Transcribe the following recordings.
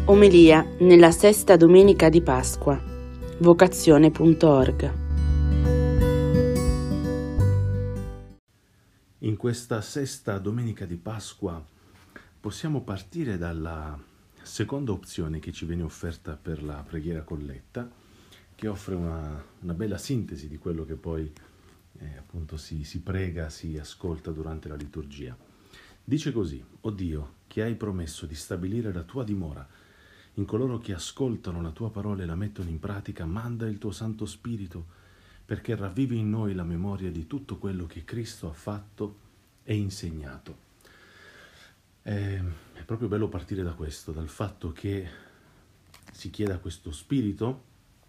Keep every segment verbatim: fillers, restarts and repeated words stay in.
Omelia nella sesta domenica di Pasqua. Vocazione punto org. In questa sesta domenica di Pasqua possiamo partire dalla seconda opzione che ci viene offerta per la preghiera colletta, che offre una, una bella sintesi di quello che poi eh, appunto si, si prega, si ascolta durante la liturgia. Dice così: «O Dio, che hai promesso di stabilire la tua dimora in coloro che ascoltano la tua parola e la mettono in pratica, manda il tuo Santo Spirito perché ravvivi in noi la memoria di tutto quello che Cristo ha fatto e insegnato». È, è proprio bello partire da questo, dal fatto che si chieda questo Spirito,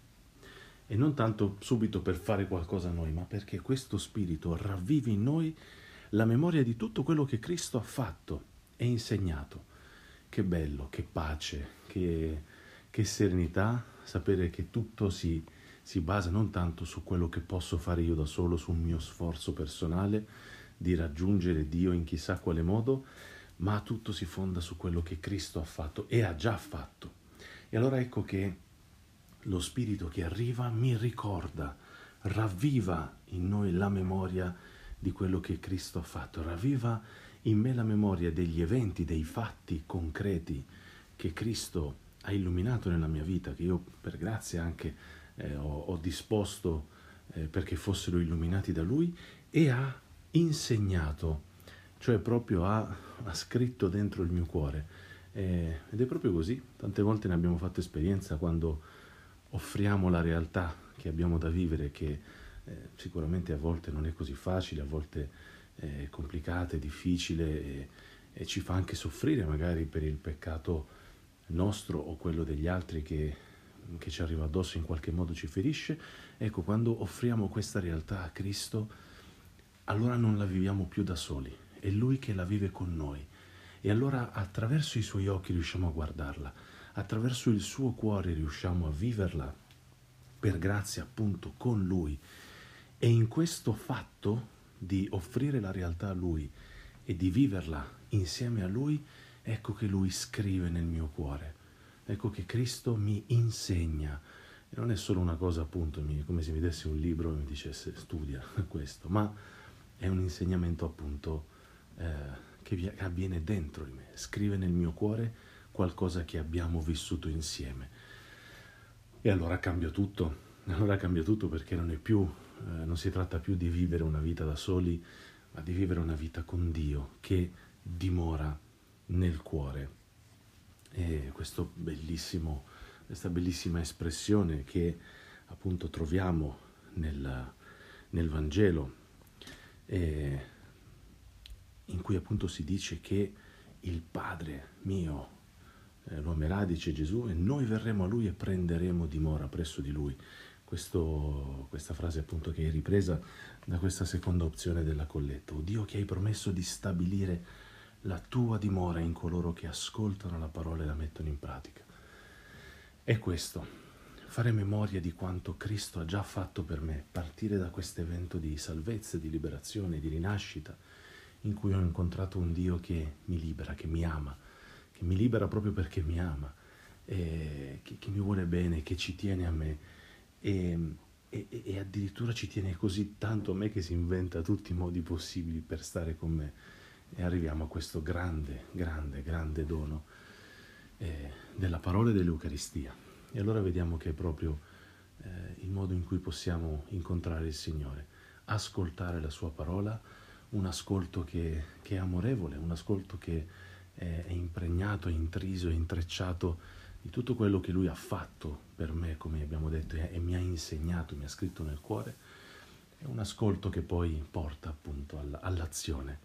e non tanto subito per fare qualcosa a noi, ma perché questo Spirito ravvivi in noi la memoria di tutto quello che Cristo ha fatto e insegnato. Che bello, che pace, che, che serenità, sapere che tutto si, si basa non tanto su quello che posso fare io da solo, sul mio sforzo personale di raggiungere Dio in chissà quale modo, ma tutto si fonda su quello che Cristo ha fatto e ha già fatto. E allora ecco che lo Spirito che arriva mi ricorda, ravviva in noi la memoria di quello che Cristo ha fatto, ravviva in me la memoria degli eventi, dei fatti concreti che Cristo ha illuminato nella mia vita, che io per grazia anche eh, ho, ho disposto eh, perché fossero illuminati da Lui, e ha insegnato, cioè proprio ha, ha scritto dentro il mio cuore. Eh, ed è proprio così. Tante volte ne abbiamo fatto esperienza quando offriamo la realtà che abbiamo da vivere, che eh, sicuramente a volte non è così facile, a volte è complicata, è difficile e, e ci fa anche soffrire magari per il peccato nostro o quello degli altri che, che ci arriva addosso, in qualche modo ci ferisce. Ecco, quando offriamo questa realtà a Cristo, allora non la viviamo più da soli, è Lui che la vive con noi, e allora attraverso i Suoi occhi riusciamo a guardarla, attraverso il Suo cuore riusciamo a viverla per grazia appunto con Lui. E in questo fatto di offrire la realtà a Lui e di viverla insieme a Lui, ecco che Lui scrive nel mio cuore, ecco che Cristo mi insegna. E non è solo una cosa appunto come se mi desse un libro e mi dicesse studia questo, ma è un insegnamento appunto eh, che avviene dentro di me, scrive nel mio cuore qualcosa che abbiamo vissuto insieme. E allora cambia tutto, allora cambia tutto perché non è più Eh, non si tratta più di vivere una vita da soli, ma di vivere una vita con Dio che dimora nel cuore. E questo bellissimo, questa bellissima espressione che appunto troviamo nel, nel Vangelo, eh, in cui appunto si dice che il Padre mio eh, lo amerà, dice Gesù, e noi verremo a Lui e prenderemo dimora presso di Lui. Questo, questa frase appunto che è ripresa da questa seconda opzione della colletta: «O Dio, che hai promesso di stabilire la tua dimora in coloro che ascoltano la parola e la mettono in pratica». È questo, fare memoria di quanto Cristo ha già fatto per me, partire da questo evento di salvezza, di liberazione, di rinascita, in cui ho incontrato un Dio che mi libera, che mi ama, che mi libera proprio perché mi ama, e che, che mi vuole bene, che ci tiene a me. E, e, e addirittura ci tiene così tanto a me che si inventa tutti i modi possibili per stare con me, e arriviamo a questo grande, grande, grande dono eh, della parola e dell'Eucaristia. E allora vediamo che è proprio eh, il modo in cui possiamo incontrare il Signore, ascoltare la sua parola, un ascolto che, che è amorevole, un ascolto che è, è impregnato, è intriso, è intrecciato di tutto quello che Lui ha fatto per me, come abbiamo detto, e mi ha insegnato, mi ha scritto nel cuore. È un ascolto che poi porta appunto all'azione.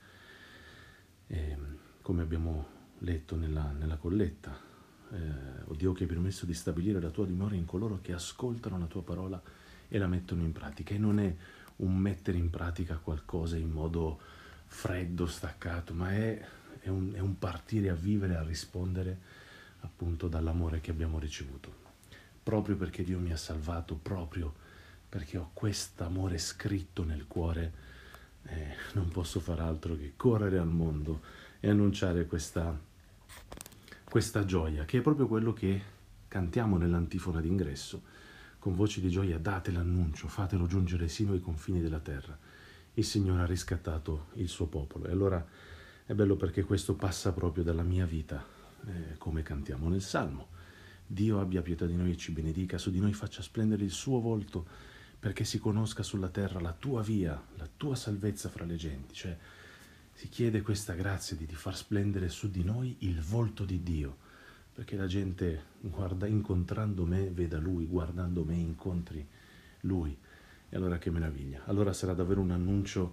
E, come abbiamo letto nella, nella colletta, eh, «O Dio, che hai permesso di stabilire la tua dimora in coloro che ascoltano la tua parola e la mettono in pratica». E non è un mettere in pratica qualcosa in modo freddo, staccato, ma è, è, un, è un partire a vivere, a rispondere appunto dall'amore che abbiamo ricevuto, proprio perché Dio mi ha salvato, proprio perché ho quest'amore scritto nel cuore, eh, non posso far altro che correre al mondo e annunciare questa, questa gioia, che è proprio quello che cantiamo nell'antifona d'ingresso, con voci di gioia: date l'annuncio, fatelo giungere sino ai confini della terra. Il Signore ha riscattato il suo popolo. E allora è bello perché questo passa proprio dalla mia vita, eh, come cantiamo nel Salmo. Dio abbia pietà di noi e ci benedica, su di noi faccia splendere il suo volto, perché si conosca sulla terra la tua via, la tua salvezza fra le genti. Cioè, si chiede questa grazia di, di far splendere su di noi il volto di Dio, perché la gente, guarda, incontrando me, veda Lui, guardando me, incontri Lui. E allora che meraviglia. Allora sarà davvero un annuncio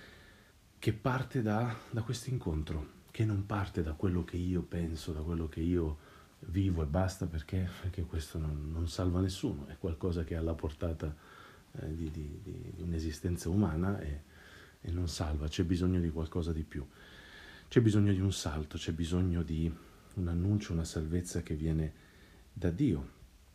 che parte da, da questo incontro, che non parte da quello che io penso, da quello che io vivo e basta, perché, perché questo non, non salva nessuno, è qualcosa che ha la portata eh, di, di, di, di un'esistenza umana e, e non salva. C'è bisogno di qualcosa di più, c'è bisogno di un salto, c'è bisogno di un annuncio, una salvezza che viene da Dio.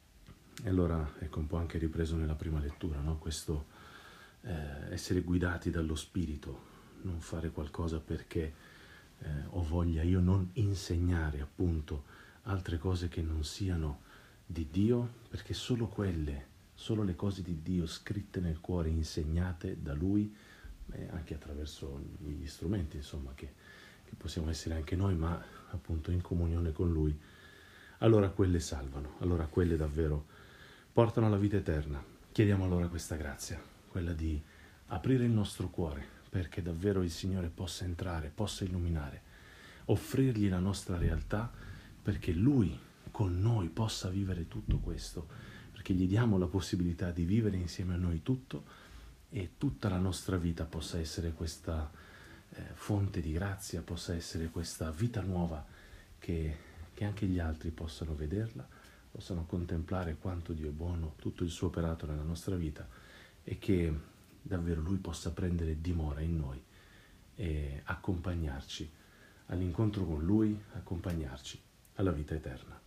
E allora ecco un po' anche ripreso nella prima lettura, no? Questo eh, essere guidati dallo Spirito, non fare qualcosa perché eh, ho voglia io, non insegnare appunto altre cose che non siano di Dio, perché solo quelle, solo le cose di Dio scritte nel cuore, insegnate da Lui, eh, anche attraverso gli strumenti insomma che, che possiamo essere anche noi, ma appunto in comunione con Lui, allora quelle salvano, allora quelle davvero portano alla vita eterna. Chiediamo allora questa grazia, quella di aprire il nostro cuore, perché davvero il Signore possa entrare, possa illuminare, offrirgli la nostra realtà, perché Lui con noi possa vivere tutto questo, perché gli diamo la possibilità di vivere insieme a noi tutto, e tutta la nostra vita possa essere questa eh, fonte di grazia, possa essere questa vita nuova, che, che anche gli altri possano vederla, possano contemplare quanto Dio è buono, tutto il suo operato nella nostra vita, e che davvero Lui possa prendere dimora in noi e accompagnarci all'incontro con Lui, accompagnarci alla vita eterna.